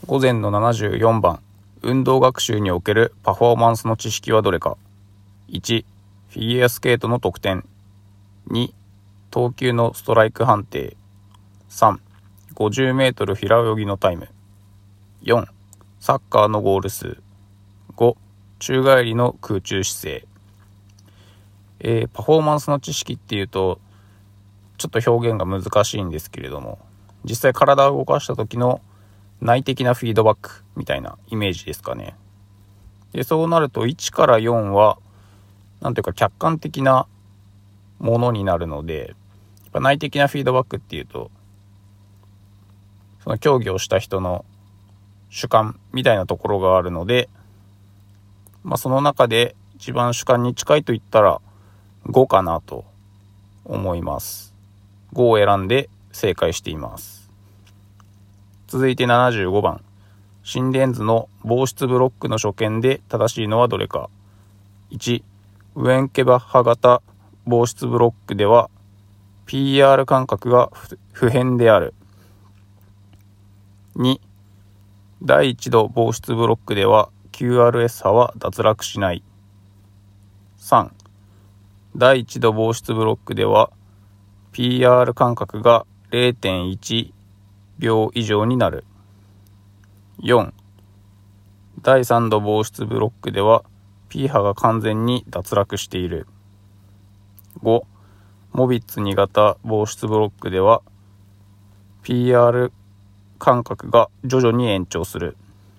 午前の74番、運動学習におけるパフォーマンスの知識はどれか。1、フィギュアスケートの得点。2、投球のストライク判定。3、50メートル平泳ぎのタイム。4、サッカーのゴール数。5、宙返りの空中姿勢。パフォーマンスの知識っていうとちょっと表現が難しいんですけれども、実際体を動かした時の内的なフィードバックみたいなイメージですかね。で、そうなると1から4はなんていうか客観的なものになるので、やっぱ内的なフィードバックっていうとその競技をした人の主観みたいなところがあるので、その中で一番主観に近いと言ったら5かなと思います。5を選んで正解しています。続いて75番、心電図の防湿ブロックの所見で正しいのはどれか。1、ウエンケバッハ型防湿ブロックでは PR 間隔が不変である。2、第1度防湿ブロックでは QRS 波は脱落しない。3、第1度防湿ブロックでは PR 間隔が 0.1 秒以上になる。4、第3度防湿ブロックでは P 波が完全に脱落している。5、モビッツ2型防湿ブロックでは PR 間隔が徐々に延長する。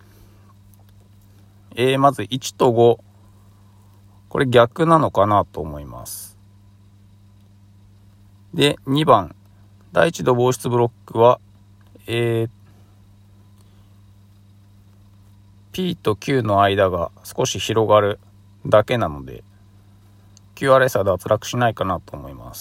まず1と5、これ逆なのかなと思います。で、2番、第1度防湿ブロックは、P と Q の間が少し広がるだけなので QRS は脱落しないかなと思います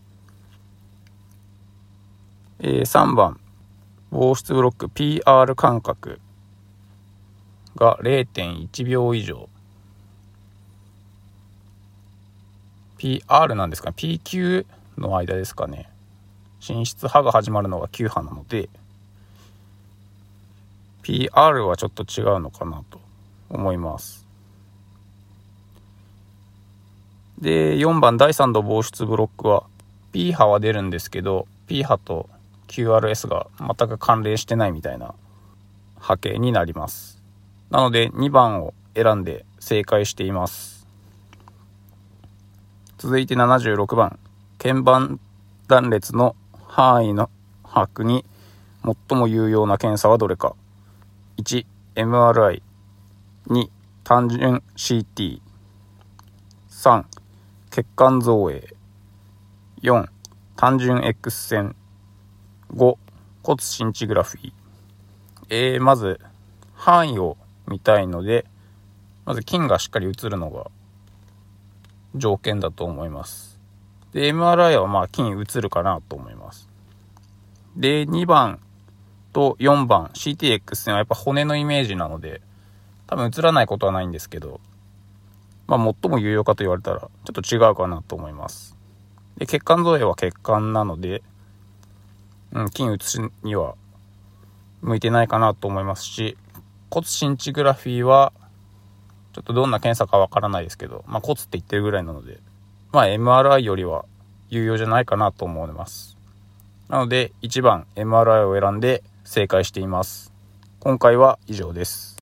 。3番、防湿ブロック PR 間隔が 0.1 秒以上。PR なんですかね。PQ の間ですかね。進出波が始まるのが Q 波なので PR はちょっと違うのかなと思います。で、4番第3度防湿ブロックは P 波は出るんですけど P 波と QRS が全く関連してないみたいな波形になります。なので2番を選んで正解しています。続いて76番、腱板断裂の範囲の把握に最も有用な検査はどれか。1、MRI。 2、単純 CT。 3、血管造影。4、単純 X 線。5、骨シンチグラフィー。まず範囲を見たいので、まず筋がしっかり映るのが条件だと思います。で、MRI は筋映るかなと思います。で、2番と4番 CTX 線はやっぱ骨のイメージなので多分映らないことはないんですけど、最も有用かと言われたらちょっと違うかなと思います。で、血管造影は血管なので、筋映しには向いてないかなと思いますし、骨シンチグラフィーはちょっとどんな検査かわからないですけど、骨って言ってるぐらいなので、MRI よりは有用じゃないかなと思います。なので1番 MRI を選んで正解しています。今回は以上です。